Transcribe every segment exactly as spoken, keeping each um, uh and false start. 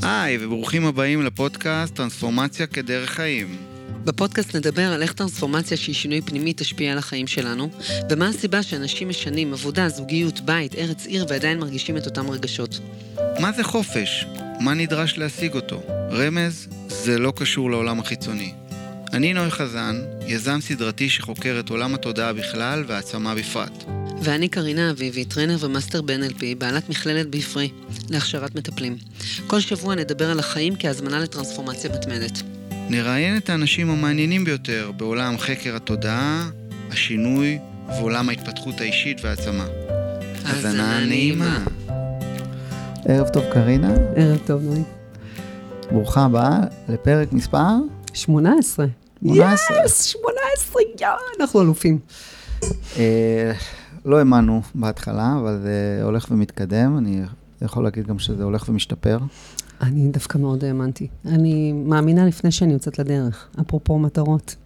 היי, וברוכים הבאים לפודקאסט טרנספורמציה כדרך חיים. בפודקאסט נדבר על איך טרנספורמציה שהיא שינוי פנימי תשפיע על החיים שלנו, ומה הסיבה שאנשים משנים עבודה, זוגיות, בית, ארץ, עיר ועדיין מרגישים את אותם רגשות. מה זה חופש? מה נדרש להשיג אותו? רמז, זה לא קשור לעולם החיצוני. אני נוי חזן, יזם סדרתי שחוקר את עולם התודעה בכלל והעצמה בפרט. ואני קרינה אביבי, טרנר ומאסטר ב-אן אל פי, בעלת מכללת ביפרי, להכשרת מטפלים. כל שבוע נדבר על החיים כהזמנה לטרנספורמציה מתמדת. נראיין את האנשים המעניינים ביותר בעולם חקר התודעה, השינוי ועולם ההתפתחות האישית והעצמה. האזנה נעימה. ערב טוב קרינה. ערב טוב נוי. ברוכה הבאה לפרק מספר? שמונה עשרה. שמונה עשרה. יס, שמונה עשרה, יא, אנחנו אלופים. לא האמנו בהתחלה, אבל זה הולך ומתקדם. אני יכול להגיד גם שזה הולך ומשתפר. אני דווקא מאוד האמנתי. אני מאמינה לפני שאני יוצאת לדרך, אפרופו מטרות.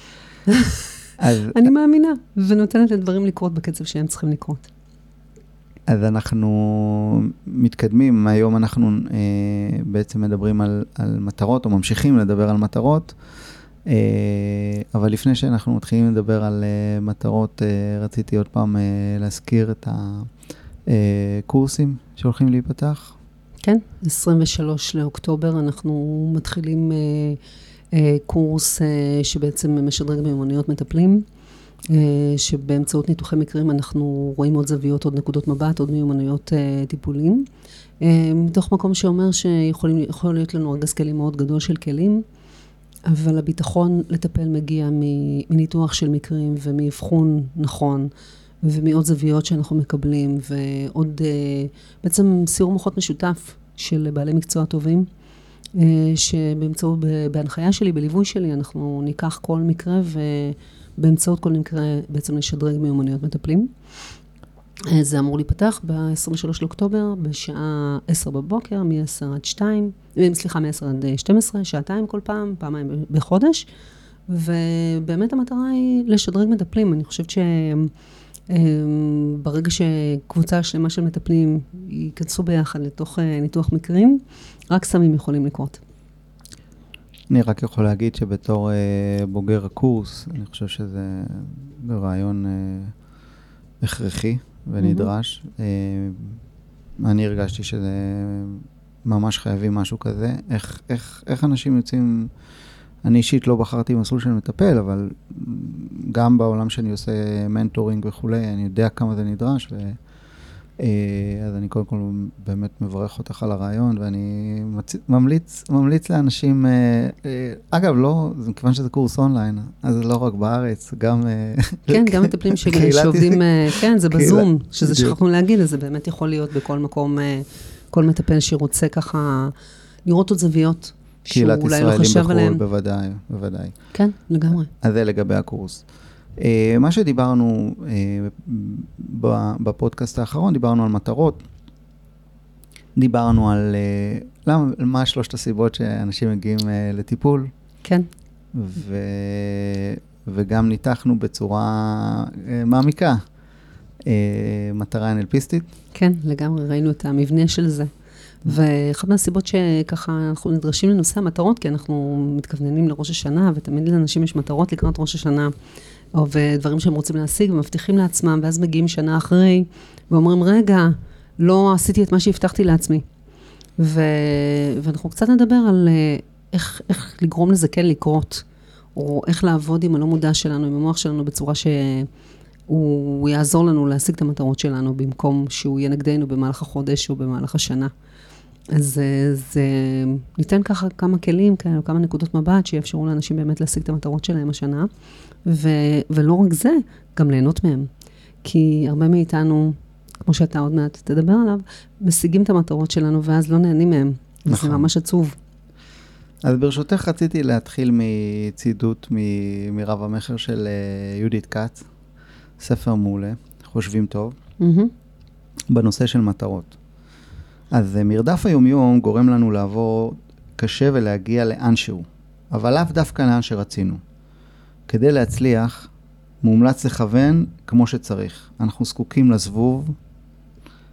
אני מאמינה, ונותנת לדברים לקרות בקצב שהם צריכים לקרות. אז אנחנו מתקדמים, היום אנחנו אה, בעצם מדברים על, על מטרות, או ממשיכים לדבר על מטרות, אה, אבל לפני שאנחנו מתחילים לדבר על אה, מטרות, אה, רציתי עוד פעם אה, להזכיר את הקורסים אה, שהולכים להיפתח. כן, עשרים ושלושה לאוקטובר אנחנו מתחילים אה, אה, קורס אה, שבעצם משדרג מיומנויות מטפלים, אה, שבאמצעות ניתוחי מקרים אנחנו רואים עוד זוויות, עוד נקודות מבט, עוד מיומנויות אה, טיפולים. אה, מתוך מקום שאומר שיכול להיות לנו ארגז כלים מאוד גדול של כלים, אבל הביטחון לטפל מגיע מניתוח של מקרים ומאבחון נכון, ומעוד זוויות שאנחנו מקבלים, ועוד בעצם סיור מוחות משותף של בעלי מקצוע טובים, שבאמצעות, בהנחיה שלי, בליווי שלי, אנחנו ניקח כל מקרה, ובאמצעות כל מקרה בעצם נשדרג מיומנויות מטפלים. זה אמור להיפתח ב-עשרים ושלושה לאוקטובר, בשעה עשר בבוקר, מ-עשר עד שתיים, סליחה, מ-עשר עד שתים עשרה, שעתיים כל פעם, פעמיים בחודש, ובאמת המטרה היא לשדרג מטפלים. אני חושבת ש... ברגע שקבוצה שלמה של מטפלים ייכנסו ביחד לתוך ניתוח מקרים, רק סמים יכולים לקרות. אני רק יכול להגיד שבתור בוגר הקורס, אני חושב שזה רעיון הכרחי ונדרש. אני הרגשתי שזה ממש חייבים משהו כזה. איך, איך, איך אנשים יוצאים... אני אישית לא בחרתי מסלול של מטפל, אבל גם בעולם שאני עושה מנטורינג וכולי, אני יודע כמה זה נדרש, ו... אז אני קודם כל באמת מברך אותך על הרעיון, ואני ממליץ, ממליץ לאנשים, אגב, לא, כיוון שזה קורס אונליין, אז זה לא רק בארץ, גם... כן, גם מטפלים שעובדים, כן, זה בזום, שזה שכחנו להגיד, אז זה באמת יכול להיות בכל מקום, כל מטפל שרוצה ככה לראות עוד זוויות, קהילת ישראלים בחו"ל, בוודאי, בוודאי. כן, לגמרי. אז זה לגבי הקורס. מה שדיברנו בפודקאסט האחרון, דיברנו על מטרות, דיברנו על מה שלושת הסיבות שאנשים מגיעים לטיפול. כן. וגם ניתחנו בצורה מעמיקה מטרה אן אל פיסטית. כן, לגמרי, ראינו את המבנה של זה. ואחת מהסיבות שככה אנחנו נדרשים לנושא המטרות, כי אנחנו מתכווננים לראש השנה, ותמיד לאנשים יש מטרות לקראת ראש השנה, או ודברים שהם רוצים להשיג, ומבטיחים לעצמם, ואז מגיעים שנה אחרי, ואומרים, רגע, לא עשיתי את מה שהבטחתי לעצמי. ו... ואנחנו קצת נדבר על איך, איך לגרום לזה כן לקרות, או איך לעבוד עם הלא מודע שלנו, עם המוח שלנו, בצורה שהוא יעזור לנו להשיג את המטרות שלנו, במקום שהוא יהיה נגדנו במהלך החודש או במהלך השנה. אז זה, ניתן ככה כמה כלים, כאלה, כמה נקודות מבט, שיאפשרו לאנשים באמת להשיג את המטרות שלהם השנה, ו, ולא רק זה, גם ליהנות מהם. כי הרבה מאיתנו, כמו שאתה עוד מעט תדבר עליו, משיגים את המטרות שלנו, ואז לא נהנים מהם. נכון. וזה ממש עצוב. אז ברשותך רציתי להתחיל מצידות מ- מרב המחר של יהודית קאץ, ספר מעולה, חושבים טוב, mm-hmm. בנושא של מטרות. אז מרדף היומיום גורם לנו לעבור קשה ולהגיע לאן שהוא, אבל לאו דווקא לאן שרצינו. כדי להצליח, מומלץ לכוון כמו שצריך. אנחנו זקוקים לזבוב,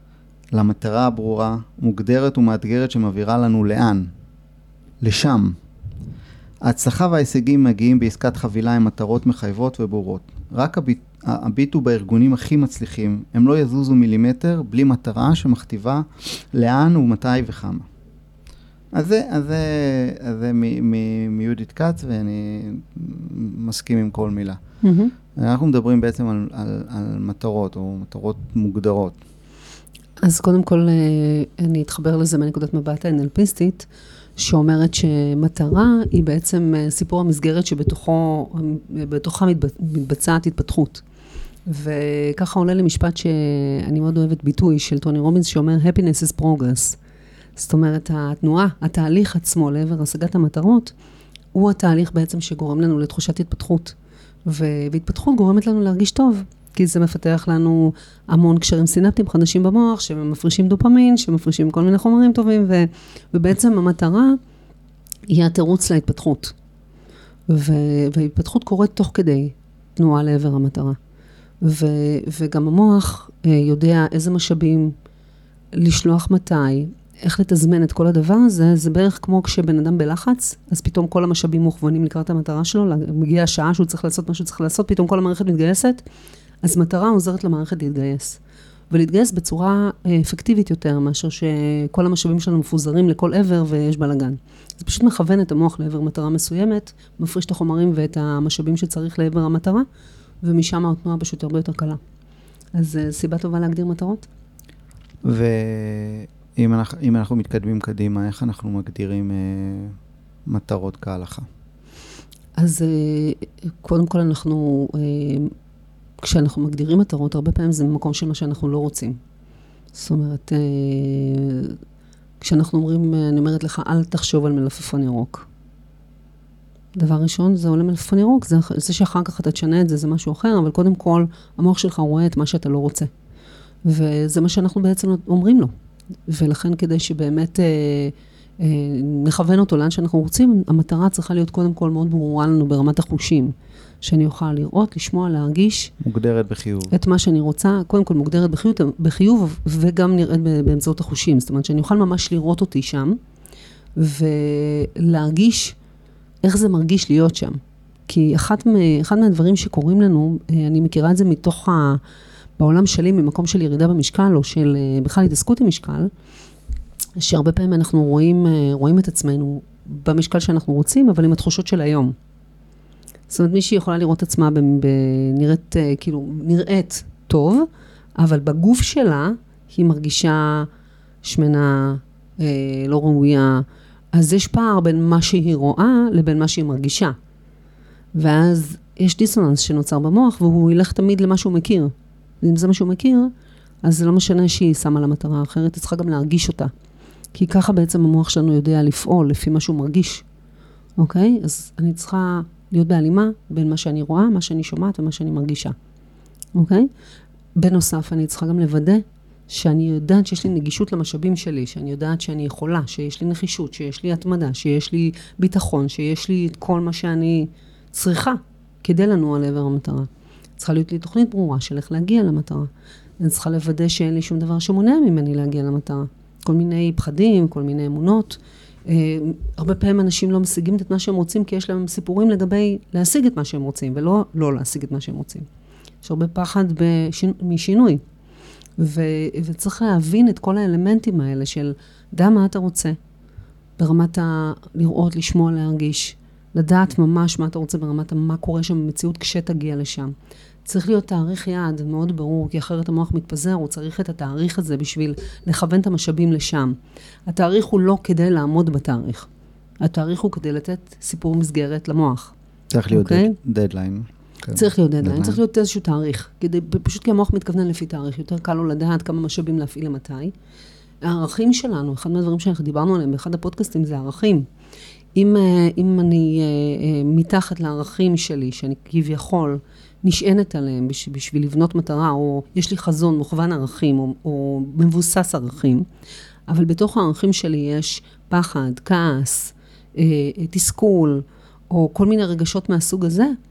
למטרה הברורה, מוגדרת ומאתגרת שמעבירה לנו לאן? לשם. ההצלחה וההישגים מגיעים בעסקת חבילה עם מטרות מחייבות וברורות. רק הביט, הביטו בארגונים הכי מצליחים, הם לא יזוזו מילימטר בלי מטרה שמכתיבה לאן ומתי וכמה. אז זה, אז זה, אז זה מ, מ, מיהודית כץ, ואני מסכים עם כל מילה. Mm-hmm. אנחנו מדברים בעצם על, על, על מטרות, או מטרות מוגדרות. אז קודם כל, אני אתחבר לזה מנקודת מבט האנלפיסטית, שאומרת שמטרה היא בעצם סיפור המסגרת שבתוכו, בתוכה מתבצעת התפתחות. וככה עולה למשפט שאני מאוד אוהבת ביטוי של טוני רובינס, שאומר, happiness is progress. זאת אומרת, התנועה, התהליך עצמו לעבר השגת המטרות, הוא התהליך בעצם שגורם לנו לתחושת התפתחות. והתפתחות גורמת לנו להרגיש טוב, כי זה מפתח לנו המון קשרים סינפטיים חדשים במוח, שמפרישים דופמין, שמפרישים כל מיני חומרים טובים, ו, ובעצם המטרה היא התירוץ להתפתחות. ו, והתפתחות קורית תוך כדי תנועה לעבר המטרה. ו, וגם המוח יודע איזה משאבים לשלוח מתי, איך לתזמן את כל הדבר הזה, זה בערך כמו כשבן אדם בלחץ, אז פתאום כל המשאבים מוכוונים לקראת המטרה שלו, מגיעה השעה שהוא צריך לעשות מה שהוא צריך לעשות, פתאום כל המערכת מתגייסת, אז מטרה עוזרת למערכת להתגייס. ולהתגייס בצורה אפקטיבית יותר, מאשר שכל המשאבים שלנו מפוזרים לכל עבר ויש בלגן. זה פשוט מכוון את המוח לעבר מטרה מסוימת, מפריש את החומרים ואת המשאבים שצריך לעבר המטרה, ומשם התנועה פשוט הרבה יותר קלה. אז סיבה טובה להגדיר מטרות. ואם אנחנו, אם אנחנו מתקדמים קדימה, איך אנחנו מגדירים אה, מטרות כהלכה? אז אה, קודם כל אנחנו... אה, כשאנחנו מגדירים מטרות, הרבה פעמים זה ממקום של מה שאנחנו לא רוצים. זאת אומרת, כשאנחנו אומרים, אני אומרת לך, אל תחשוב על מלפפון ירוק. דבר ראשון, זה עולה מלפפון ירוק, זה, זה שאחר כך אתה תשנה את זה, זה משהו אחר, אבל קודם כל, המוח שלך רואה את מה שאתה לא רוצה. וזה מה שאנחנו בעצם אומרים לו. ולכן כדי שבאמת אה, אה, נכוון אותו לאן שאנחנו רוצים, המטרה צריכה להיות קודם כל מאוד ברורה לנו ברמת החושים. שאני אוכל לראות, לשמוע, להרגיש. מוגדרת בחיוב. את מה שאני רוצה, קודם כל מוגדרת בחיוב, בחיוב וגם נראית באמצעות החושים. זאת אומרת, שאני אוכל ממש לראות אותי שם, ולהרגיש איך זה מרגיש להיות שם. כי אחת, אחד מהדברים שקורים לנו, אני מכירה את זה מתוך ה... בעולם שלי, ממקום של ירידה במשקל, או של בכלל התעסקות עם משקל, שהרבה פעמים אנחנו רואים, רואים את עצמנו במשקל שאנחנו רוצים, אבל עם התחושות של היום. זאת אומרת, מישהי יכולה לראות עצמה בנראית, כאילו, נראית טוב, אבל בגוף שלה היא מרגישה שמנה, אה, לא ראויה. אז יש פער בין מה שהיא רואה לבין מה שהיא מרגישה. ואז יש דיסוננס שנוצר במוח, והוא ילך תמיד למה שהוא מכיר. ואם זה מה שהוא מכיר, אז זה לא משנה שהיא שמה למטרה אחרת, היא צריכה גם להרגיש אותה. כי ככה בעצם המוח שלנו יודע לפעול לפי מה שהוא מרגיש. אוקיי? אז אני צריכה... להיות בהלימה בין מה שאני רואה, מה שאני שומעת ומה שאני מרגישה. אוקיי? בנוסף, אני צריכה גם לוודא שאני יודעת שיש לי נגישות למשאבים שלי, שאני יודעת שאני יכולה, שיש לי נחישות, שיש לי התמדה, שיש לי ביטחון, שיש לי את כל מה שאני צריכה כדי לנוע לעבר המטרה. צריכה להיות לי תוכנית ברורה של איך להגיע למטרה. אני צריכה לוודא שאין לי שום דבר שמונע ממני להגיע למטרה. כל מיני פחדים, כל מיני אמונות, Uh, הרבה פעמים אנשים לא משיגים את מה שהם רוצים, כי יש להם סיפורים לגבי להשיג את מה שהם רוצים, ולא לא להשיג את מה שהם רוצים. יש הרבה פחד בשינו, משינוי. ו, וצריך להבין את כל האלמנטים האלה של דע מה אתה רוצה, ברמת ה... לראות, לשמוע, להרגיש, לדעת ממש מה אתה רוצה ברמת מה קורה שם במציאות כשתגיע לשם. צריך להיות תאריך יעד מאוד ברור, כי אחרת המוח מתפזר, הוא צריך את התאריך הזה בשביל לכוון את המשאבים לשם. התאריך הוא לא כדי לעמוד בתאריך. התאריך הוא כדי לתת סיפור מסגרת למוח. צריך להיות דדליין. צריך להיות דדליין, צריך להיות איזשהו תאריך. פשוט כי המוח מתכוונן לפי תאריך, יותר קל לו לדעת כמה משאבים להפעיל למתי. הערכים שלנו, אחד מהדברים שאנחנו דיברנו עליהם באחד הפודקאסטים, זה הערכים. אם, אם אני מתחת לערכים שלי, שאני כביכול נשענת עליהם בשביל, בשביל לבנות מטרה, או יש לי חזון מוכוון ערכים, או, או מבוסס ערכים, אבל בתוך הערכים שלי יש פחד, כעס, תסכול, או כל מיני רגשות מהסוג הזה,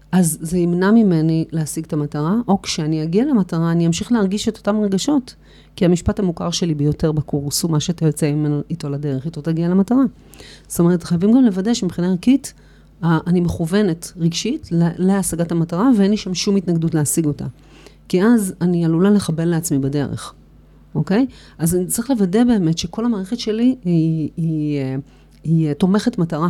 אז זה ימנע ממני להשיג את המטרה, או כשאני אגיע למטרה, אני אמשיך להרגיש את אותם רגשות, כי המשפט המוכר שלי ביותר בקורס, הוא מה שאתה יוצא ממנו איתו לדרך, איתו תגיע למטרה. זאת אומרת, חייבים גם לוודא שמבחינה ערכית, אני מכוונת רגשית להשגת המטרה, ואין לי שם שום התנגדות להשיג אותה. כי אז אני עלולה לחבל לעצמי בדרך. אוקיי? אז אני צריך לוודא באמת שכל המערכת שלי היא, היא, היא, היא תומכת מטרה.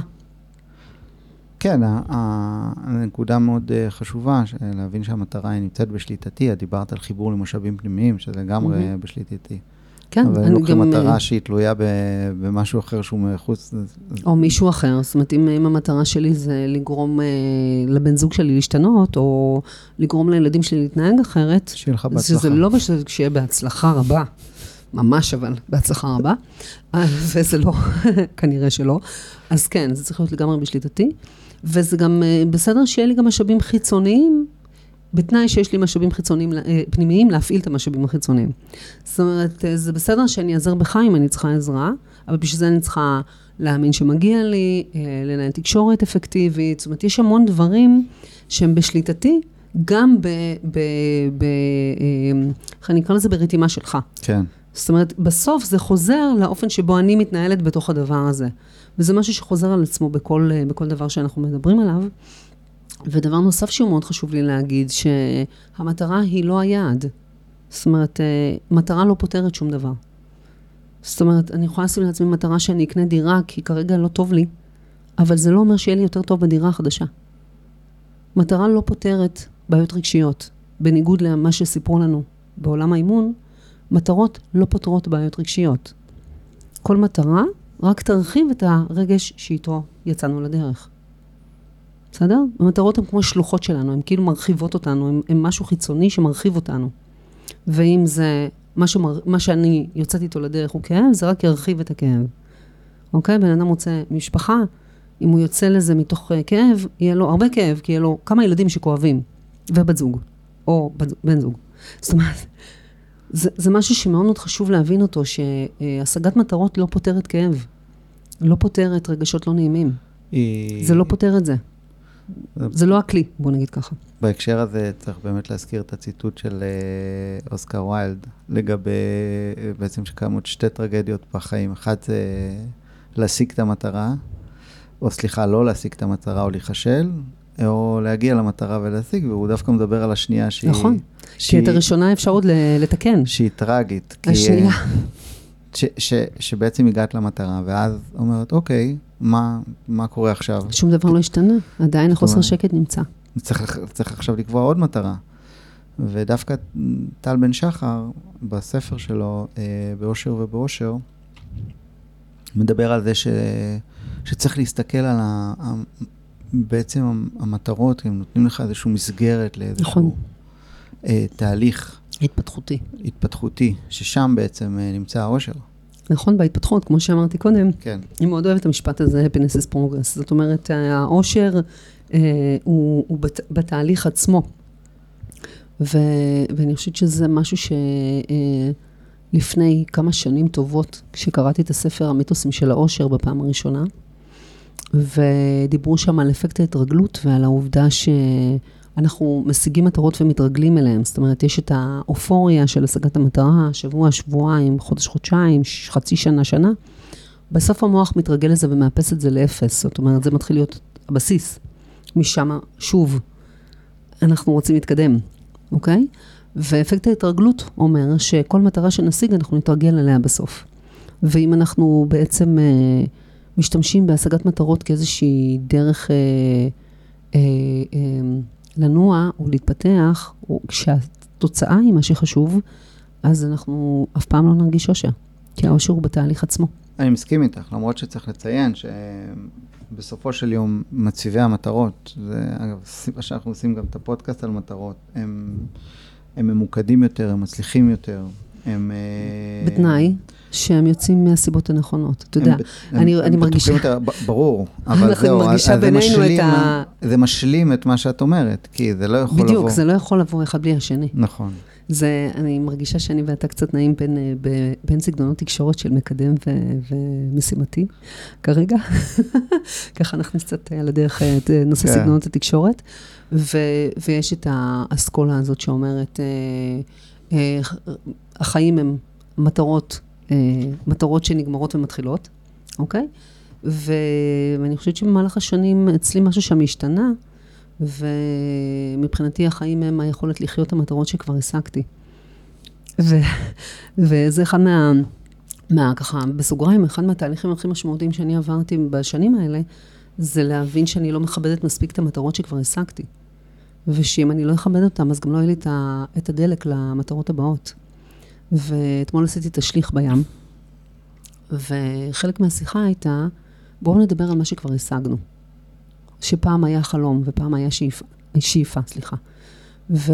כן, הנקודה מאוד חשובה, להבין שהמטרה היא נמצאת בשליטתי, את דיברת על חיבור למשאבים פנימיים, שזה לגמרי mm-hmm. בשליטתי. כן, אבל אני לוקחים גם... מטרה שהיא תלויה במשהו אחר שהוא מחוץ. או מישהו אחר, זאת אומרת, אם המטרה שלי זה לגרום לבן זוג שלי להשתנות, או לגרום לילדים שלי להתנהג אחרת, שיהיה לך בהצלחה. זה לא בשביל שיהיה בהצלחה רבה, ממש אבל, בהצלחה רבה, וזה לא, כנראה שלא. אז כן, זה צריך להיות לגמרי בשליטתי, וזה גם בסדר שיהיה לי גם משאבים חיצוניים, בתנאי שיש לי משאבים חיצוניים, פנימיים, להפעיל את המשאבים החיצוניים. זאת אומרת, זה בסדר שאני אעזר בך אם אני צריכה עזרה, אבל בשביל זה אני צריכה להאמין שמגיע לי, לנהל תקשורת אפקטיבית, זאת אומרת, יש המון דברים שהם בשליטתי, גם ב... ב, ב איך אני אקרא לזה? ברתימה שלך. כן. זאת אומרת, בסוף זה חוזר לאופן שבו אני מתנהלת בתוך הדבר הזה. וזה משהו שחוזר על עצמו בכל, בכל דבר שאנחנו מדברים עליו. ודבר נוסף שהוא מאוד חשוב לי להגיד, שהמטרה היא לא היעד. זאת אומרת, מטרה לא פותרת שום דבר. זאת אומרת, אני יכולה לשים לעצמי מטרה שאני אקנה דירה, כי כרגע לא טוב לי, אבל זה לא אומר שיהיה לי יותר טוב בדירה החדשה. מטרה לא פותרת בעיות רגשיות. בניגוד למה שסיפרו לנו בעולם האימון, מטרות לא פותרות בעיות רגשיות. כל מטרה רק תרחיב את הרגש שאיתו יצאנו לדרך. בסדר? המטרות הן כמו שלוחות שלנו, הן כאילו מרחיבות אותנו, הן, הן משהו חיצוני שמרחיב אותנו. ואם זה, מה, שמר, מה שאני יוצאת איתו לדרך הוא כאב, זה רק ירחיב את הכאב. אוקיי? בן אדם רוצה משפחה, אם הוא יוצא לזה מתוך כאב, יהיה לו הרבה כאב, כי יהיה לו כמה ילדים שכואבים, ובת זוג, או בן זוג. זאת אומרת, זה, זה משהו שמאוד מאוד חשוב להבין אותו, שהשגת מטרות לא פותרת כאב, לא פותרת רגשות לא נעימים. זה לא פותר את זה. זה לא הכלי, בוא נגיד ככה. בהקשר הזה צריך באמת להזכיר את הציטוט של אוסקר ויילד, לגבי בעצם שקיימות שתי טרגדיות בחיים. אחת זה להשיג את המטרה, או סליחה, לא להשיג את המטרה או להיחשל, או להגיע למטרה ולהשיג, והוא דווקא מדבר על השנייה שהיא... נכון, כי את הראשונה אפשר עוד לתקן. שהיא טרגית. השנייה. ש, ש, שבעצם הגעת למטרה, ואז אומרת, אוקיי, מה, מה קורה עכשיו? שום דבר לא השתנה, עדיין החוסר שקט נמצא. צריך, צריך עכשיו לקבוע עוד מטרה. ודווקא טל בן שחר, בספר שלו, באושר ובאושר, מדבר על זה ש, שצריך להסתכל על ה, בעצם המטרות, הם נותנים לך איזשהו מסגרת לאיזשהו נכון. תהליך. התפתחותי. התפתחותי, ששם בעצם נמצא האושר. נכון, בהתפתחות, כמו שאמרתי קודם. כן. אני מאוד אוהבת את המשפט הזה, happiness is progress. זאת אומרת, האושר אה, הוא, הוא בת, בתהליך עצמו. ו, ואני חושבת שזה משהו שלפני אה, כמה שנים טובות, כשקראתי את הספר המיתוסים של האושר בפעם הראשונה, ודיברו שם על אפקט ההתרגלות ועל העובדה ש... אנחנו משיגים מטרות ומתרגלים אליהם. זאת אומרת, יש את האופוריה של השגת המטרה, שבוע, שבועיים, חודש, חודשיים, חצי שנה, שנה. בסוף המוח מתרגל לזה ומאפס את זה לאפס. זאת אומרת, זה מתחיל להיות הבסיס. משם, שוב, אנחנו רוצים להתקדם. אוקיי? ואפקט ההתרגלות אומר שכל מטרה שנשיג, אנחנו נתרגל עליה בסוף. ואם אנחנו בעצם אה, משתמשים בהשגת מטרות כאיזושהי דרך... אה, אה, אה, לנוע או להתפתח, או כשהתוצאה היא מה שחשוב, אז אנחנו אף פעם לא נרגיש אושר, כי האושר הוא בתהליך עצמו. אני מסכים איתך, למרות שצריך לציין שבסופו של יום מציבי המטרות, זה אגב, סיבה שאנחנו עושים גם את הפודקאסט על מטרות, הם, הם ממוקדים יותר, הם מצליחים יותר, הם... בתנאי שהם יוצאים מהסיבות הנכונות. אתה יודע, אני מרגישה... ברור, אבל זהו, זה משלים את מה שאת אומרת, כי זה לא יכול לבוא... בדיוק, זה לא יכול לבוא אחד בלי השני. נכון. זה, אני מרגישה שאני ואתה קצת נעים בין, בין סגנונות תקשורת של מקדם ומשימתי, כרגע. ככה אנחנו קצת על הדרך נושא סגנונות התקשורת. ו- ויש את האסכולה הזאת שאומרת, אה, אה, החיים הם מטרות, אה, מטרות שנגמרות ומתחילות, אוקיי? ו- ואני חושבת שבמהלך השנים אצלי משהו שם השתנה, ומבחינתי החיים הם היכולת לחיות את המטרות שכבר השגתי. ו- וזה אחד מה, מה, ככה, בסוגריים, אחד מהתהליכים הכי משמעותיים שאני עברתי בשנים האלה, זה להבין שאני לא מכבדת מספיק את המטרות שכבר השגתי. ושאם אני לא אכבד אותם, אז גם לא יהיה לי את הדלק למטרות הבאות. ואתמול עשיתי תשליך בים, וחלק מהשיחה הייתה, בואו נדבר על מה שכבר השגנו. שפעם היה חלום, ופעם היה שאיפה, שאיפה, סליחה. ו,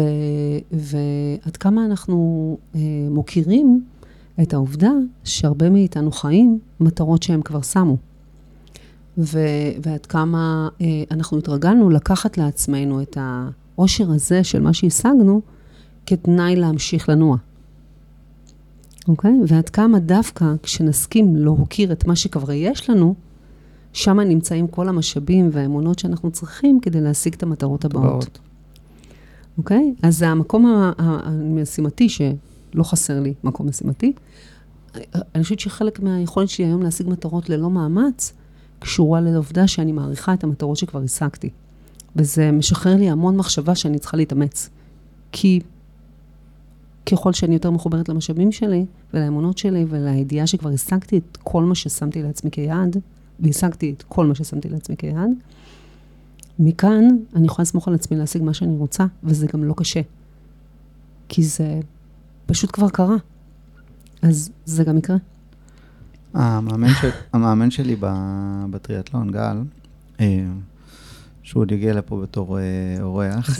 ועד כמה אנחנו אה, מוכירים את העובדה שהרבה מאיתנו חיים מטרות שהם כבר שמו. ו, ועד כמה אה, אנחנו התרגלנו לקחת לעצמנו את העושר הזה של מה שהשגנו, כתנאי להמשיך לנוע. אוקיי? ועד כמה דווקא כשנסכים להוקיר את מה שכבר יש לנו, שם נמצאים כל המשאבים והאמונות שאנחנו צריכים כדי להשיג את המטרות הבאות. אוקיי? אז זה המקום המשימתי, שלא חסר לי מקום משימתי. אני חושבת שחלק מהיכולת שלי היום להשיג מטרות ללא מאמץ, קשורה לעובדה שאני מעריכה את המטרות שכבר השגתי. וזה משחרר לי המון מחשבה שאני צריכה להתאמץ. כי ככל שאני יותר מחוברת למשאבים שלי, ולאמונות שלי, ולידיעה שכבר השגתי את כל מה ששמתי לעצמי כיעד, והשגתי את כל מה ששמתי לעצמי כיעד, מכאן אני יכולה לסמוך על עצמי להשיג מה שאני רוצה, וזה גם לא קשה. כי זה פשוט כבר קרה. אז זה גם יקרה. המאמן, של, המאמן שלי בטריאטלון, גל, שהוא עוד יגיע לפה בתור אורח,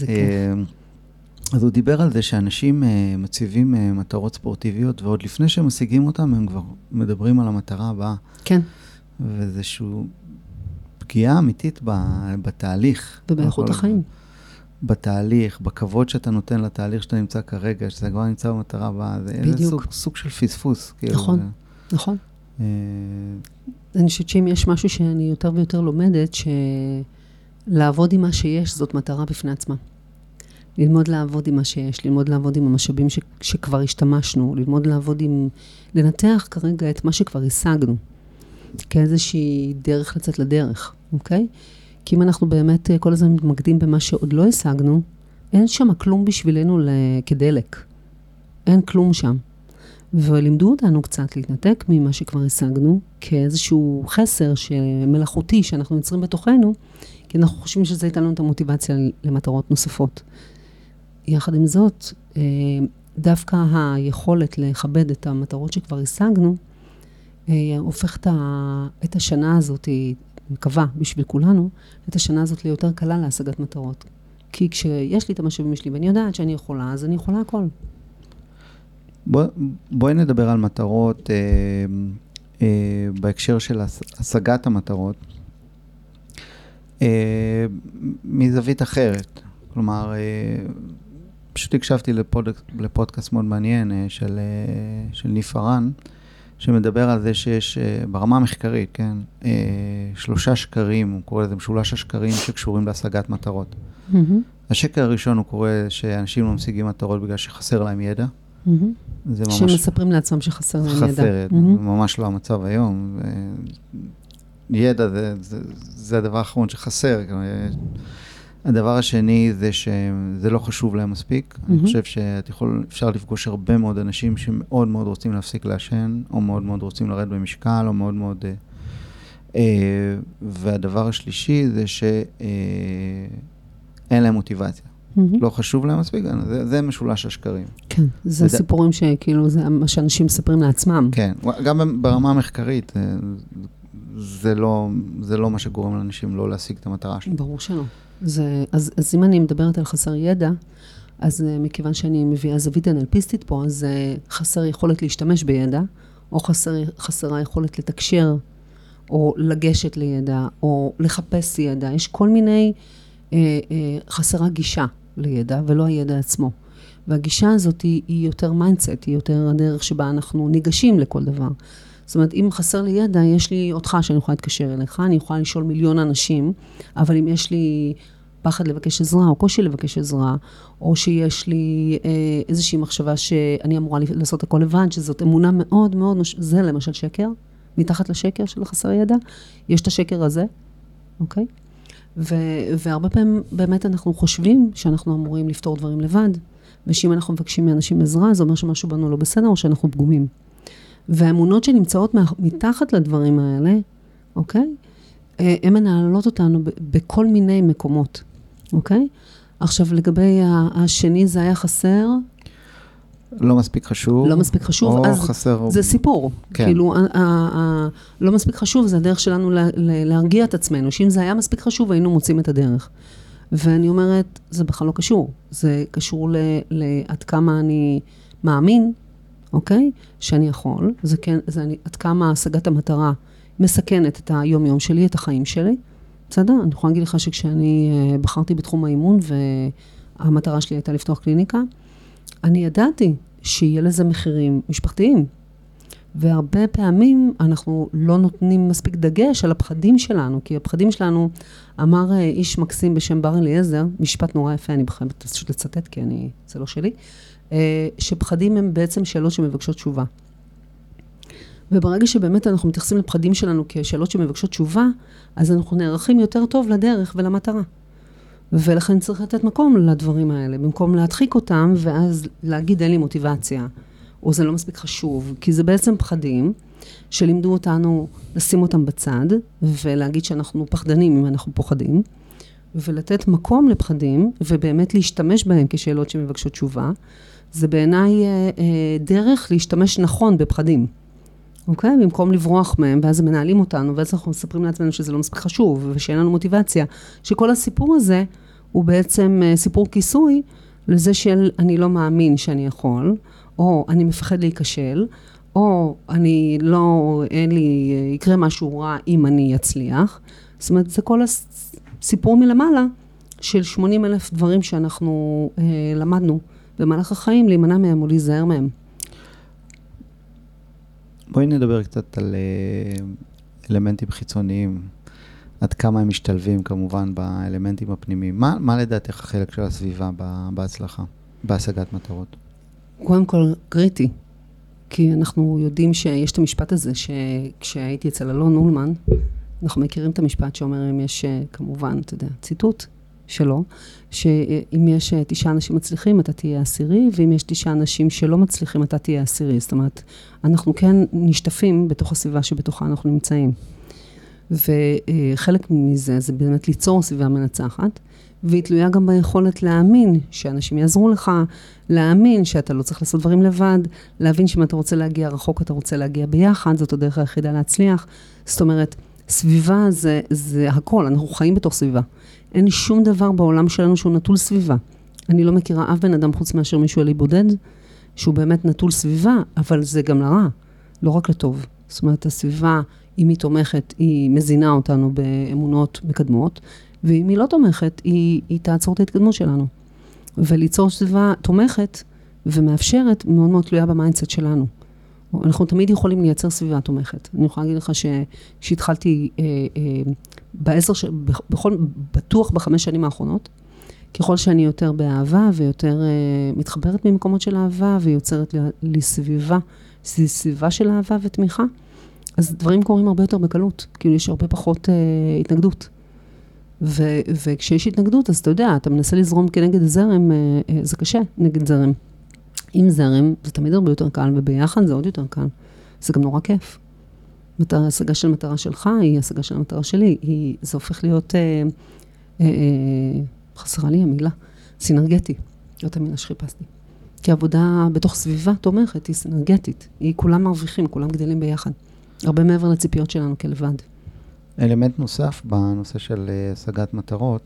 אז הוא דיבר על זה שאנשים מציבים מטרות ספורטיביות, ועוד לפני שהם משיגים אותם, הם כבר מדברים על המטרה הבאה. כן. וזה שהוא פגיעה אמיתית בתהליך. ובאיכות החיים. בתהליך, בכבוד שאתה נותן לתהליך שאתה נמצא כרגע, שאתה כבר נמצא במטרה הבאה. בדיוק. זה סוג, סוג של פספוס. נכון, כאילו, נכון. אה... אני חושבת שאם יש משהו שאני יותר ויותר לומדת, שלעבוד עם מה שיש, זאת מטרה בפני עצמה. ללמוד לעבוד עם מה שיש, ללמוד לעבוד עם המשאבים ש... שכבר השתמשנו, ללמוד לעבוד עם... לנתח כרגע את מה שכבר השגנו. כאיזושהי דרך לצאת לדרך, אוקיי? כי אם אנחנו באמת כל הזמן מתמקדים במה שעוד לא השגנו, אין שם כלום בשבילנו כדלק. אין כלום שם. ולימדו אותנו קצת להתנתק ממה שכבר השגנו, כאיזשהו חסר מלאכותי שאנחנו יוצרים בתוכנו, כי אנחנו חושבים שזה ייתן לנו את המוטיבציה למטרות נוספות. יחד עם זאת, דווקא היכולת לכבד את המטרות שכבר השגנו, הופכת את השנה הזאת, מקווה בשביל כולנו, את השנה הזאת ליותר קלה להשגת מטרות. כי כשיש לי את המשאבים שלי ואני יודעת שאני יכולה, אז אני יכולה הכל. בוא, בואי נדבר על מטרות אה, אה, בהקשר של השגת המטרות, אה, מזווית אחרת. כלומר, אה, פשוט הקשבתי לפוד, לפודקאסט מאוד מעניין אה, של, אה, של ניף ארן, שמדבר על זה שיש ברמה המחקרית, כן, שלושה שקרים, הוא קורא לזה משולש השקרים שקשורים להשגת מטרות. Mm-hmm. השקר הראשון הוא קורא שאנשים לא משיגים מטרות בגלל שחסר להם ידע. Mm-hmm. זה ממש... שמספרים לעצמם שחסר להם ידע. חסר ידע, mm-hmm. ממש לא המצב היום. ידע זה, זה, זה הדבר האחרון שחסר. הדבר השני זה שזה לא חשוב להם מספיק. Mm-hmm. אני חושב שאפשר לפגוש הרבה מאוד אנשים שמאוד מאוד רוצים להפסיק לעשן, או מאוד מאוד רוצים לרדת במשקל, או מאוד מאוד... אה, והדבר השלישי זה שאין אה, להם מוטיבציה. Mm-hmm. לא חשוב להם מספיק, זה, זה משולש השקרים. כן, זה וזה... סיפורים שכאילו זה מה שאנשים מספרים לעצמם. כן, גם ברמה המחקרית, זה לא, זה לא מה שגורם לאנשים לא להשיג את המטרה שלהם. ברור שלא. זה, אז, אז אם אני מדברת על חסר ידע, אז מכיוון שאני מביאה זווית אנלפיסטית פה, אז חסר יכולת להשתמש בידע, או חסר, חסרה יכולת לתקשר, או לגשת לידע, או לחפש ידע. יש כל מיני אה, אה, חסרה גישה לידע, ולא הידע עצמו. והגישה הזאת היא, היא יותר מיינדסט, היא יותר הדרך שבה אנחנו ניגשים לכל דבר. זאת אומרת, אם חסר לי ידע, יש לי אותך שאני יכולה להתקשר אליך, אני יכולה לשאול מיליון אנשים, אבל אם יש לי פחד לבקש עזרה, או קושי לבקש עזרה, או שיש לי אה, איזושהי מחשבה שאני אמורה לעשות הכל לבד, שזאת אמונה מאוד מאוד, זה למשל שקר, מתחת לשקר של חסר ידע, יש את השקר הזה, אוקיי? ו- והרבה פעמים באמת אנחנו חושבים שאנחנו אמורים לפתור דברים לבד, ושאם אנחנו מבקשים מאנשים עזרה, זה אומר שמשהו בנו לא בסדר, או שאנחנו פגומים. והאמונות שנמצאות מתחת לדברים האלה, אוקיי? הן מנהלות אותנו בכל מיני מקומות, אוקיי? עכשיו, לגבי השני, זה היה חסר? לא מספיק חשוב. לא מספיק חשוב, או אז חסר... זה סיפור. כן. כאילו, ה- ה- ה- לא מספיק חשוב, זה הדרך שלנו לה- לה- להרגיע את עצמנו, שאם זה היה מספיק חשוב, היינו מוצאים את הדרך. ואני אומרת, זה בכלל לא קשור. זה קשור ל- לעד כמה אני מאמין, אוקיי? שאני יכול. זה כן, זה אני, עד כמה השגת המטרה מסכנת את היום-יום שלי, את החיים שלי. בסדר? אני יכולה להגיד לך שכשאני uh, בחרתי בתחום האימון, והמטרה שלי הייתה לפתוח קליניקה, אני ידעתי שיהיה לזה מחירים משפחתיים. והרבה פעמים אנחנו לא נותנים מספיק דגש על הפחדים שלנו, כי הפחדים שלנו, אמר uh, איש מקסים בשם בר אליעזר, משפט נורא יפה, אני בחייבת פשוט לצטט, כי אני, זה לא שלי, uh, שפחדים הם בעצם שאלות שמבקשות תשובה. וברגע שבאמת אנחנו מתייחסים לפחדים שלנו כשאלות שמבקשות תשובה, אז אנחנו נערכים יותר טוב לדרך ולמטרה. ולכן צריך לתת מקום לדברים האלה, במקום להדחיק אותם, ואז להגיד אין לי מוטיבציה, או זה לא מספיק חשוב, כי זה בעצם פחדים שלימדו אותנו לשים אותם בצד, ולהגיד שאנחנו פחדנים אם אנחנו פוחדים, ולתת מקום לפחדים, ובאמת להשתמש בהם כשאלות שמבקשות תשובה, זה בעיניי אה, אה, דרך להשתמש נכון בפחדים. אוקיי? במקום לברוח מהם, ואז הם מנהלים אותנו, ואז אנחנו מספרים לעצמנו שזה לא מספיק חשוב, ושאין לנו מוטיבציה, שכל הסיפור הזה הוא בעצם סיפור כיסוי לזה של אני לא מאמין שאני יכול, או אני מפחד להיכשל, או אני לא, אין לי, יקרה משהו רע אם אני אצליח. זאת אומרת, זה כל הסיפור מלמעלה של שמונים אלף דברים שאנחנו אה, למדנו במהלך החיים, להימנע מהם או להיזהר מהם. בואי נדבר קצת על אלמנטים חיצוניים, עד כמה הם משתלבים כמובן באלמנטים הפנימיים. מה, מה לדעתך החלק של הסביבה בהצלחה, בהשגת מטרות? קודם כל, קריטי, כי אנחנו יודעים שיש את המשפט הזה, שכשהייתי אצל אלון אולמן, אנחנו מכירים את המשפט שאומר, אם יש כמובן, אתה יודע, ציטוט שלו, שאם יש תשעה אנשים מצליחים, אתה תהיה עשירי, ואם יש תשעה אנשים שלא מצליחים, אתה תהיה עשירי. זאת אומרת, אנחנו כן נשטפים בתוך הסביבה שבתוכה אנחנו נמצאים. וחלק מזה זה באמת ליצור סביבה מנצחת, והיא תלויה גם ביכולת להאמין שאנשים יעזרו לך, להאמין שאתה לא צריך לעשות דברים לבד, להבין שאם אתה רוצה להגיע רחוק, אתה רוצה להגיע ביחד, זאת הדרך היחידה להצליח. זאת אומרת, סביבה זה, זה הכל, אנחנו חיים בתוך סביבה. אין שום דבר בעולם שלנו שהוא נטול סביבה. אני לא מכירה אף בן אדם חוץ מאשר מישהו אלי בודד, שהוא באמת נטול סביבה, אבל זה גם לרע, לא רק לטוב. זאת אומרת, הסביבה, אם היא תומכת, היא מזינה אותנו באמונות מקדמות, ואם היא לא תומכת, היא, היא תעצור את ההתקדמות שלנו. וליצור סביבה תומכת ומאפשרת, מאוד מאוד תלויה במיינדסט שלנו. אנחנו תמיד יכולים לייצר סביבה תומכת. אני יכולה להגיד לך שכשהתחלתי אה, אה, בעשר, ש... בכל, בטוח בחמש שנים האחרונות, ככל שאני יותר באהבה ויותר אה, מתחברת ממקומות של אהבה ויוצרת לי סביבה, סביבה של אהבה ותמיכה, אז דברים קורים הרבה יותר בקלות, כאילו יש הרבה פחות אה, התנגדות. ו, וכשיש התנגדות, אז אתה יודע, אתה מנסה לזרום כנגד זרם, אה, אה, זה קשה נגד זרם. עם זרם, זה תמיד הרבה יותר קל, וביחד זה עוד יותר קל. זה גם נורא כיף. השגה של מטרה שלך, היא השגה של המטרה שלי, היא, זה הופך להיות, אה, אה, אה, חסרה לי המילה, סינרגטי. זאת המילה שחיפשתי. כי עבודה בתוך סביבה תומכת, היא סינרגטית. היא כולם מרוויחים, כולם גדלים ביחד. הרבה מעבר לציפיות שלנו כלבד. אלמנט נוסף בנושא של השגת מטרות,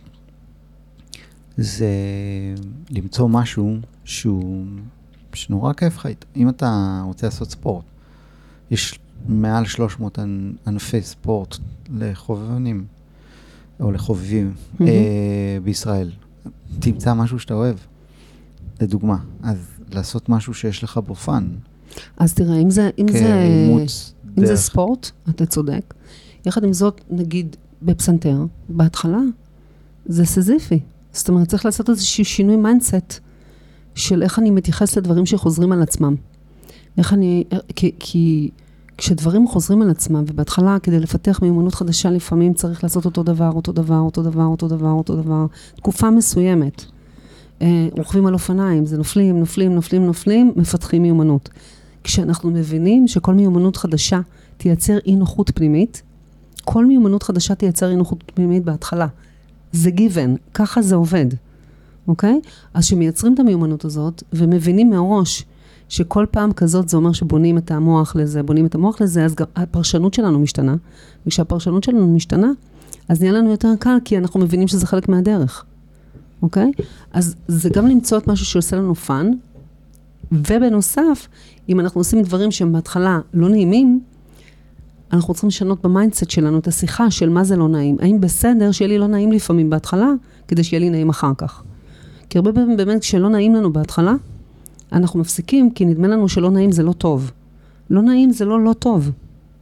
זה למצוא משהו שהוא, שנורא כיף לך. אם אתה רוצה לעשות ספורט, יש מעל שלוש מאות ענפי ספורט לחובבנים, או לחובבים mm-hmm. אה, בישראל. תמצא משהו שאתה אוהב, לדוגמה. אז לעשות משהו שיש לך בו פן. אז תראה, אם זה, אם זה, אם דרך. זה ספורט, אתה צודק. יחד עם זאת, נגיד, בפסנתר, בהתחלה, זה סזיפי. זאת אומרת, צריך לעשות איזשהו שינוי מיינדסט של איך אני מתייחס לדברים שחוזרים על עצמם. איך אני, כי, כי כשדברים חוזרים על עצמם, ובהתחלה כדי לפתח מיומנות חדשה, לפעמים צריך לעשות אותו דבר, אותו דבר, אותו דבר, אותו דבר, אותו דבר, תקופה מסוימת. אה, רוכבים על אופניים, זה נופלים, נופלים, נופלים, נופלים, מפתחים מיומנות. כשאנחנו מבינים שכל מיומנות חדשה תייצר אי נוחות פנימית, כל מיומנות חדשה תייצר אי נוחות פנימית בהתחלה. זה גיוון, ככה זה עובד. אוקיי? אז שמייצרים את המיומנות הזאת, ומבינים מהראש שכל פעם כזאת זה אומר שבונים את המוח לזה, בונים את המוח לזה, אז גם הפרשנות שלנו משתנה. וכשהפרשנות שלנו משתנה, אז נהיה לנו יותר קל, כי אנחנו מבינים שזה חלק מהדרך. אוקיי? אז זה גם למצוא את משהו שעושה לנו פן, ובנוסף, אם אנחנו עושים דברים שהם בהתחלה לא נעימים, אנחנו צריכים לשנות במיינדסט שלנו את השיחה של מה זה לא נעים. האם בסדר שיהיה לי לא נעים לפעמים בהתחלה, כדי שיהיה לי נעים אחר כך. כי הרבה פעמים באמת כשלא נעים לנו בהתחלה, אנחנו מפסיקים, כי נדמה לנו שלא נעים זה לא טוב. לא נעים זה לא לא טוב.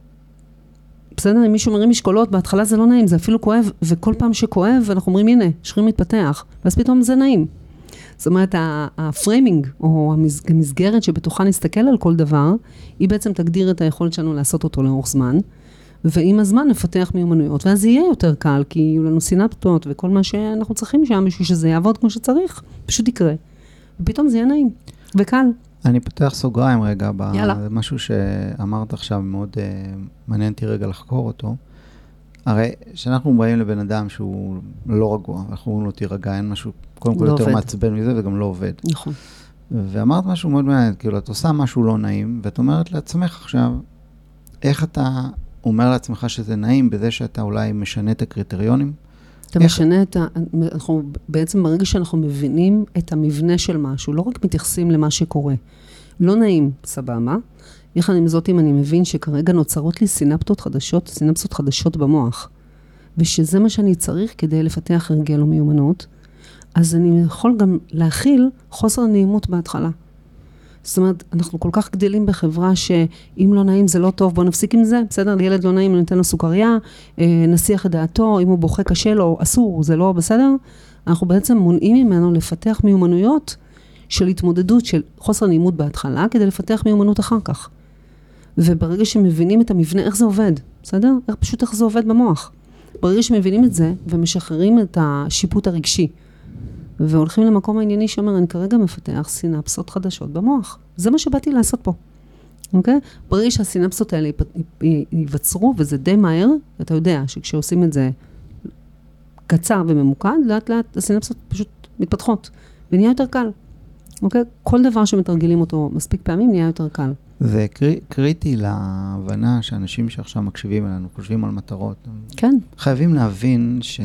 בסדר, אם מישהו מרים משקולות, בהתחלה זה לא נעים, זה אפילו כואב, וכל פעם שכואב, אנחנו אומרים, הנה, שריר מתפתח, ואז פתאום זה נעים. זאת אומרת, הפריימינג, או המסגרת שבתוכה נסתכל על כל דבר, היא בעצם תגדיר את היכולת שלנו לעשות אותו לאורך זמן, ועם הזמן נפתח מיומנויות, ואז זה יהיה יותר קל, כי יהיו לנו סינפטות, וכל מה שאנחנו צריכים שם, בשביל שזה יעבוד כמו שצריך, פשוט יקרה. ופתאום זה יהיה נעים, וקל. אני פותח סוגריים רגע, יאללה. במשהו שאמרת עכשיו, מאוד uh, מעניין אותי רגע לחקור אותו. הרי שאנחנו באים לבן אדם שהוא לא רגוע, אנחנו אומרים לו תירגע, אין משהו, קודם כל לא יותר עובד. מעצבן מזה וגם לא עובד. נכון. ואמרת משהו מאוד מעניין, כאילו את עושה משהו לא נעים, ואת אומרת לעצמך עכשיו, איך אתה אומר לעצמך שזה נעים, בזה שאתה אולי משנה את הקריטריונים? אתה איך... משנה את ה... אנחנו בעצם ברגע שאנחנו מבינים את המבנה של משהו, לא רק מתייחסים למה שקורה. לא נעים, סבבה. יחד עם זאת, אם אני מבין שכרגע נוצרות לי סינפטות חדשות, סינפסות חדשות במוח, ושזה מה שאני צריך כדי לפתח הרגל או מיומנות, אז אני יכול גם להכיל חוסר נעימות בהתחלה. זאת אומרת, אנחנו כל כך גדלים בחברה שאם לא נעים זה לא טוב, בוא נפסיק עם זה, בסדר? לילד לא נעים, ניתן לו סוכריה, נסיח את דעתו, אם הוא בוכה קשה לו, אסור, זה לא בסדר? אנחנו בעצם מונעים ממנו לפתח מיומנויות של התמודדות של חוסר נעימות בהתחלה, כדי לפתח מיומנות אחר כך. וברגע שמבינים את המבנה, איך זה עובד, בסדר? איך פשוט איך זה עובד במוח. ברגע שמבינים את זה, ומשחררים את השיפוט הרגשי, והולכים למקום הענייני שאומר, אני כרגע מפתח סינפסות חדשות במוח. זה מה שבאתי לעשות פה. אוקיי? ברגע שהסינפסות האלה ייווצרו, וזה די מהר, אתה יודע שכשעושים את זה קצר וממוקד, לאט לאט הסינפסות פשוט מתפתחות, ונהיה יותר קל. אוקיי? כל דבר שמתרגלים אותו מספיק פעמים, נהיה יותר קל. זה קרי, קריטי להבנה שאנשים שעכשיו מקשיבים אלינו, חושבים על מטרות. כן. חייבים להבין ש...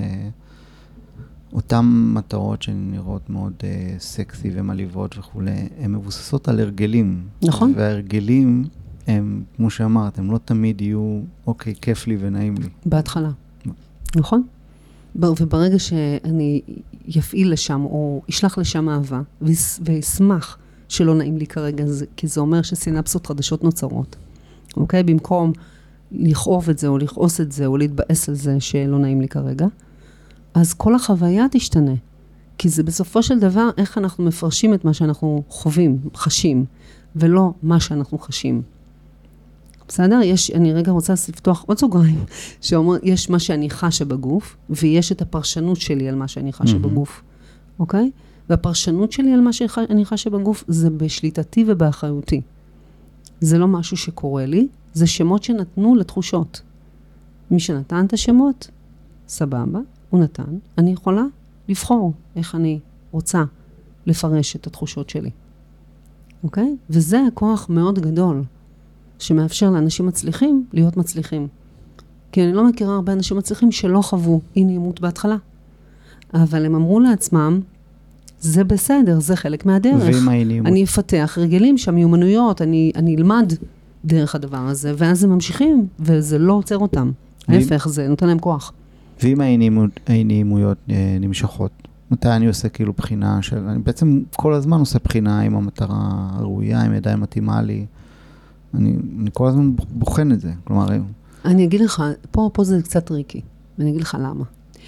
אותן מטרות שנראות מאוד uh, סקסי ומליבות וכו', הן מבוססות על הרגלים. נכון. וההרגלים הם, כמו שאמרת, הם לא תמיד יהיו, אוקיי, כיף לי ונעים לי. בהתחלה. נכון. וברגע שאני יפעיל לשם, או ישלח לשם אהבה, וישמח שלא נעים לי כרגע, כי זה אומר שסינפסות חדשות נוצרות. אוקיי? במקום לכאוב את זה, או לכעוס את זה, או להתבאס על זה שלא נעים לי כרגע, אז כל החוויה תשתנה, כי זה בסופו של דבר איך אנחנו מפרשים את מה שאנחנו חווים, חשים, ולא מה שאנחנו חשים. בסדר? יש, אני רגע רוצה לפתוח עוד סוגריים, שאומר, יש מה שאני חשה בגוף, ויש את הפרשנות שלי על מה שאני חשה mm-hmm. בגוף. אוקיי? והפרשנות שלי על מה שאני חשה בגוף, זה בשליטתי ובאחריותי. זה לא משהו שקורה לי, זה שמות שנתנו לתחושות. מי שנתן את השמות, סבבה. הוא נתן, אני יכולה לבחור איך אני רוצה לפרש את התחושות שלי. אוקיי? וזה הכוח מאוד גדול, שמאפשר לאנשים מצליחים להיות מצליחים. כי אני לא מכירה הרבה אנשים מצליחים שלא חוו אי נעימות בהתחלה. אבל הם אמרו לעצמם, זה בסדר, זה חלק מהדרך. אני אפתח רגלים שהמיומנויות, אני, אני אלמד דרך הדבר הזה, ואז הם ממשיכים, וזה לא עוצר אותם. ההפך, זה נותן להם כוח. ואם האי-נעימויות נמשכות, מתי אני עושה כאילו בחינה של, אני בעצם כל הזמן עושה בחינה עם המטרה הראויה, עם ידיים מתאימה לי, אני, אני כל הזמן בוחן את זה, כלומר... אני אגיד לך, פה, פה זה קצת טריקי, ואני אגיד לך למה.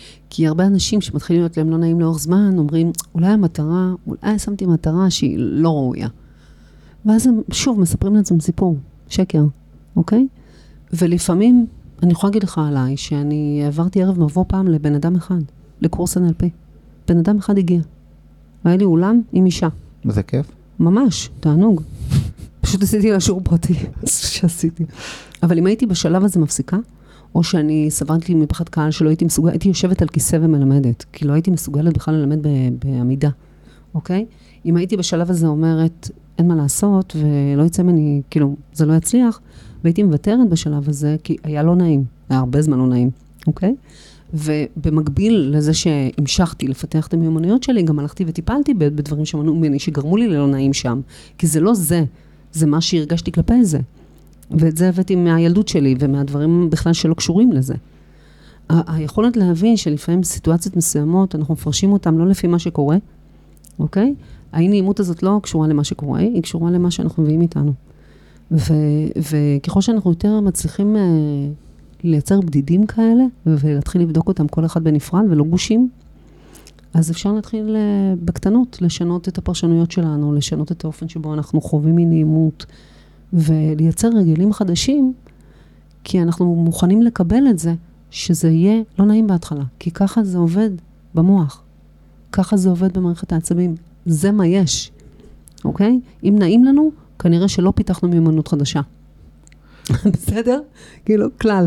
כי הרבה אנשים שמתחילים להיות להם לא נעים לאורך זמן, אומרים, אולי המטרה, אולי שמתי מטרה שהיא לא ראויה. ואז הם שוב מספרים לעצמם סיפור, שקר, אוקיי? ולפעמים, אני יכולה להגיד לך עליי, שאני העברתי ערב מבוא פעם לבן אדם אחד, לקורס אן אל פי. בן אדם אחד הגיע. והיה לי אולם עם אישה. וזה כיף? ממש, תענוג. פשוט עשיתי לה שיעור פרטי, שעשיתי. אבל אם הייתי בשלב הזה מפסיקה, או שאני סברתי מפחד קהל שלא הייתי מסוגלת, הייתי יושבת על כיסא ומלמדת, כי לא הייתי מסוגלת בכלל ללמד בעמידה, אוקיי? אם הייתי בשלב הזה אומרת, אין מה לעשות, ולא יצא ממני, כאילו, זה לא יצליח, והייתי מוותרת בשלב הזה, כי היה לא נעים, היה הרבה זמן לא נעים, אוקיי? ובמקביל לזה שהמשכתי לפתח את המיומנויות שלי, גם הלכתי וטיפלתי בדברים שמנעו ממני, שגרמו לי ללא נעים שם, כי זה לא זה, זה מה שהרגשתי כלפי זה. ואת זה הבאתי מהילדות שלי, ומהדברים בכלל שלא קשורים לזה. ה- היכולת להבין שלפעמים סיטואציות מסוימות, אנחנו מפרשים אותם לא לפי מה שקורה, אוקיי? האי-נעימות הזאת לא קשורה למה שקורה, היא קשורה למה שאנחנו מביאים איתנו. ו- וככל שאנחנו יותר מצליחים uh, לייצר בדידים כאלה, ולהתחיל לבדוק אותם כל אחד בנפרד ולא גושים, אז אפשר להתחיל uh, בקטנות, לשנות את הפרשנויות שלנו, לשנות את האופן שבו אנחנו חווים אי-נעימות, ולייצר רגלים חדשים, כי אנחנו מוכנים לקבל את זה, שזה יהיה לא נעים בהתחלה, כי ככה זה עובד במוח, ככה זה עובד במערכת העצבים, זה מה יש, אוקיי? אם נעים לנו, כנראה שלא פיתחנו מיומנות חדשה. בסדר? כאילו, כלל.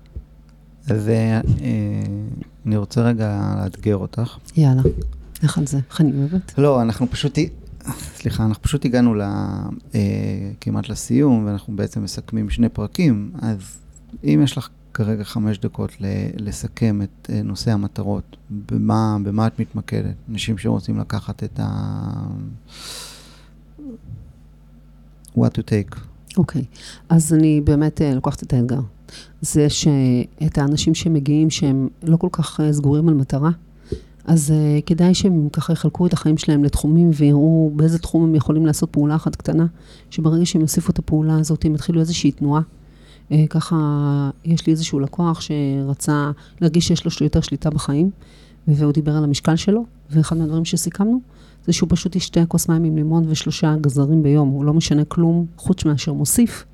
אז אה, אני רוצה רגע לאתגר אותך. יאללה, איך על זה? איך אני אוהבת? לא, אנחנו פשוט... סליחה, אנחנו פשוט הגענו ל, אה, כמעט לסיום, ואנחנו בעצם מסכמים שני פרקים, אז אם יש לך כרגע חמש דקות ל, לסכם את אה, נושא המטרות, במה, במה את מתמקדת? אנשים שרוצים לקחת את ה... what to take. אוקיי, okay. אז אני באמת אה, לוקחת את האתגר. זה שאת האנשים שמגיעים שהם לא כל כך אה, סגורים על מטרה, אז uh, כדאי שהם ככה יחלקו את החיים שלהם לתחומים ויראו באיזה תחום הם יכולים לעשות פעולה אחת קטנה, שברגע שהם יוסיפו את הפעולה הזאת, הם יתחילו איזושהי תנועה. Uh, ככה יש לי איזשהו לקוח שרצה להרגיש שיש לו יותר שליטה בחיים, והוא דיבר על המשקל שלו, ואחד מהדברים שסיכמנו, זה שהוא פשוט ישתה כוס מים עם לימון ושלושה גזרים ביום, הוא לא משנה כלום חוץ מאשר מוסיף,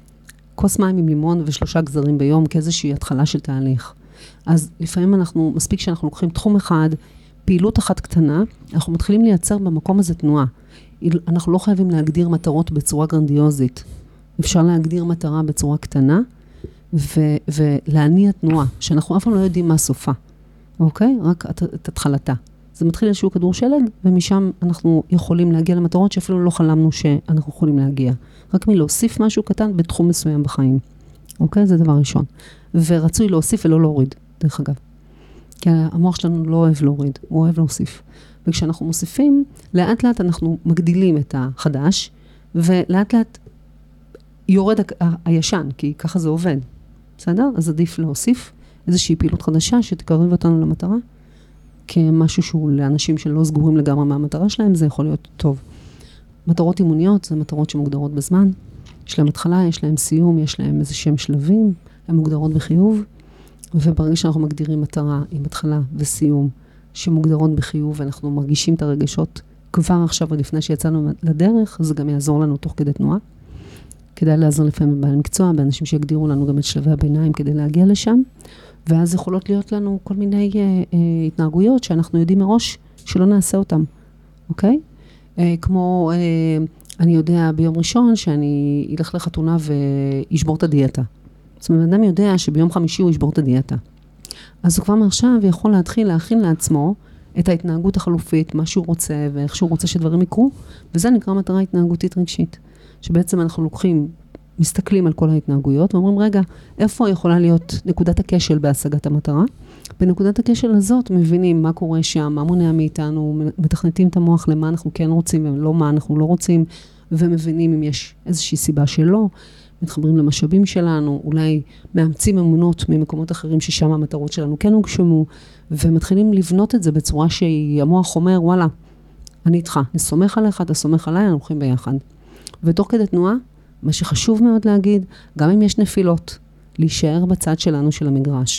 כוס מים עם לימון ושלושה גזרים ביום כאיזושהי התחלה של תהליך. אז לפעמים אנחנו, מספיק שאנחנו לוקחים תחום אחד, פעילות אחת קטנה, אנחנו מתחילים לייצר במקום הזה תנועה. אנחנו לא חייבים להגדיר מטרות בצורה גרנדיוזית. אפשר להגדיר מטרה בצורה קטנה, ו- ולהניע תנועה, שאנחנו אף פעם לא יודעים מה סופה. אוקיי? רק את, את התחלתה. זה מתחיל איזשהו כדור שלג, ומשם אנחנו יכולים להגיע למטרות שאפילו לא חלמנו שאנחנו יכולים להגיע. רק מלהוסיף משהו קטן בתחום מסוים בחיים. אוקיי? זה דבר ראשון. ורצוי להוסיף ולא להוריד, דרך אגב. כי המוח שלנו לא אוהב להוריד, הוא אוהב להוסיף. וכשאנחנו מוסיפים, לאט לאט אנחנו מגדילים את החדש, ולאט לאט יורד ה- ה- הישן, כי ככה זה עובד. בסדר? אז עדיף להוסיף איזושהי פעילות חדשה שתקרב אותנו למטרה, כמשהו שהוא לאנשים שלא סגורים לגמרי מהמטרה שלהם, זה יכול להיות טוב. מטרות אימוניות זה מטרות שמוגדרות בזמן, יש להם התחלה, יש להם סיום, יש להם איזה שהם שלבים, הן מוגדרות בחיוב, וברגע שאנחנו מגדירים מטרה עם התחלה וסיום שמוגדרות בחיוב, ואנחנו מרגישים את הרגשות כבר עכשיו ולפני שיצאנו לדרך, זה גם יעזור לנו תוך כדי תנועה. כדאי לעזור לפעמים בבעל מקצוע, באנשים שיגדירו לנו גם את שלבי הביניים כדי להגיע לשם, ואז יכולות להיות לנו כל מיני אה, אה, התנהגויות שאנחנו יודעים מראש שלא נעשה אותם, אוקיי? אה, כמו, אה, אני יודע ביום ראשון שאני אלך לחתונה וישבור את הדיאטה. זאת אומרת, אדם יודע שביום חמישי הוא ישבור את הדיאטה. אז הוא כבר מעכשיו יכול להתחיל להכין לעצמו את ההתנהגות החלופית, מה שהוא רוצה ואיך שהוא רוצה שדברים יקרו, וזה נקרא מטרה התנהגותית רגשית. שבעצם אנחנו לוקחים, מסתכלים על כל ההתנהגויות, ואומרים, רגע, איפה יכולה להיות נקודת הכשל בהשגת המטרה? בנקודת הכשל הזאת מבינים מה קורה שם, מה מונע מאיתנו, מתכנתים את המוח למה אנחנו כן רוצים, ולא מה אנחנו לא רוצים, ומבינים אם יש איזושהי סיבה שלא, מתחברים למשאבים שלנו, אולי מאמצים אמונות ממקומות אחרים ששם המטרות שלנו כן הוגשמו, ומתחילים לבנות את זה בצורה שהמוח אומר, וואלה, אני איתך, אני סומך עליך, אתה סומך עליי, אנחנו הולכים ביחד. ותוך כדי תנועה, מה שחשוב מאוד להגיד, גם אם יש נפילות, להישאר בצד שלנו של המגרש.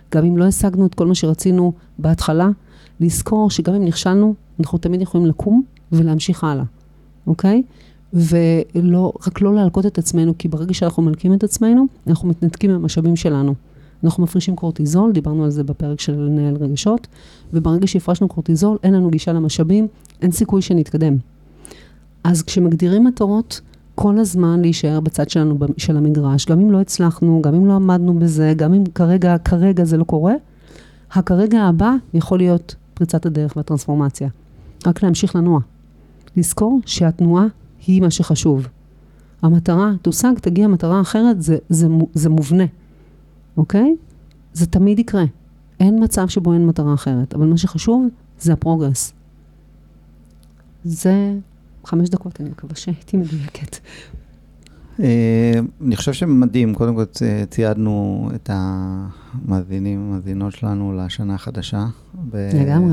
גם אם לא השגנו את כל מה שרצינו בהתחלה, לזכור שגם אם נכשלנו, אנחנו תמיד יכולים לקום ולהמשיך הלאה, אוקיי? ולא, רק לא להלקות את עצמנו, כי ברגע שאנחנו מלקים את עצמנו, אנחנו מתנתקים מהמשאבים שלנו. אנחנו מפרישים קורטיזול, דיברנו על זה בפרק של לנהל רגשות, וברגע שהפרשנו קורטיזול, אין לנו גישה למשאבים, אין סיכוי שנתקדם. אז כשמגדירים מטרות, כל הזמן להישאר בצד שלנו, של המגרש, גם אם לא הצלחנו, גם אם לא עמדנו בזה, גם אם כרגע, כרגע זה לא קורה, הכרגע הבא יכול להיות פריצת הדרך והטרנספורמציה. רק להמשיך לנוע. לזכור שהתנועה היא מה שחשוב. המטרה, תושג, תגיע מטרה אחרת, זה, זה, זה מובנה. אוקיי? זה תמיד יקרה. אין מצב שבו אין מטרה אחרת. אבל מה שחשוב זה הפרוגרס. זה חמש דקות, אני מקווה שהייתי מדויקת. אני חושב שמדהים. קודם כל ציידנו את המאזינים, המאזינות שלנו לשנה החדשה. לגמרי.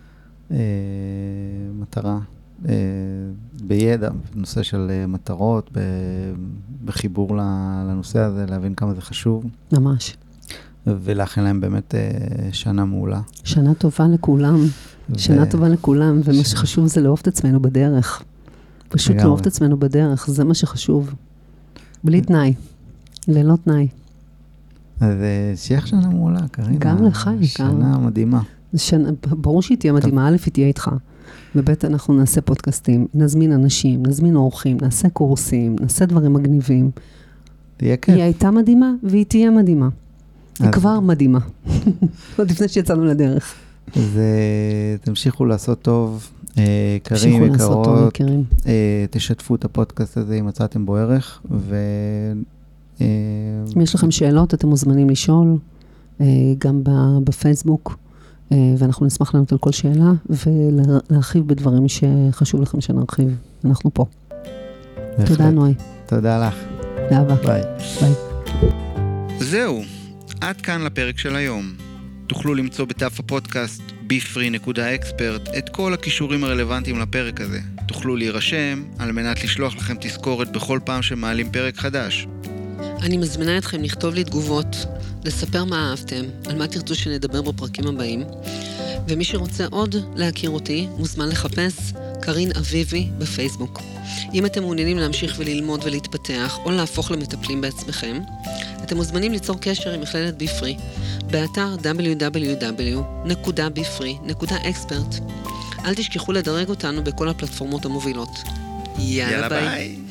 מטרה. בידע, בנושא של מטרות, בחיבור לנושא הזה, להבין כמה זה חשוב. ממש. ולאחל להם באמת שנה מעולה. שנה טובה לכולם. שנה טובה לכולם, ומה שחשוב זה לאהוב את עצמנו בדרך. פשוט לאהוב את עצמנו בדרך, זה מה שחשוב. בלי תנאי. ללא תנאי. אז שיהיה שנה מעולה, קרינה. גם לך, שנה מדהימה. ברור שהיא תהיה מדהימה, א' היא תהיה איתך. בבית אנחנו נעשה פודקאסטים, נזמין אנשים, נזמין אורחים, נעשה קורסים, נעשה דברים מגניבים. תהיה כיף. היא הייתה מדהימה, והיא תהיה מדהימה. היא כבר מדהימה. עוד לפני שיצאנו לדרך. אז תמשיכו לעשות טוב, קרים, יקרות, תשתפו את הפודקאסט הזה אם מצאתם בו ערך, ו... אם יש לכם שאלות, אתם מוזמנים לשאול, גם בפייסבוק, ואנחנו נשמח לענות על כל שאלה, ולהרחיב בדברים שחשוב לכם שנרחיב. אנחנו פה. תודה, נוי. תודה לך. לאהבה. ביי. ביי. זהו, עד כאן לפרק של היום. תוכלו למצוא בדף הפודקאסט בי פרי נקודה אקספרט את כל הכישורים הרלוונטיים לפרק הזה. תוכלו להירשם על מנת לשלוח לכם תזכורת בכל פעם שמעלים פרק חדש. אני מזמינה אתכם לכתוב לי תגובות, לספר מה אהבתם, על מה תרצו שנדבר בפרקים הבאים, ומי שרוצה עוד להכיר אותי, מוזמן לחפש קרין אביבי בפייסבוק. אם אתם מעוניינים להמשיך וללמוד ולהתפתח, או להפוך למטפלים בעצמכם, אתם מוזמנים ליצור קשר עם מכללת בי פרי, באתר דאבליו דאבליו דאבליו נקודה בי פרי נקודה אקספרט. אל תשכחו לדרג אותנו בכל הפלטפורמות המובילות. יאללה, יאללה ביי. ביי.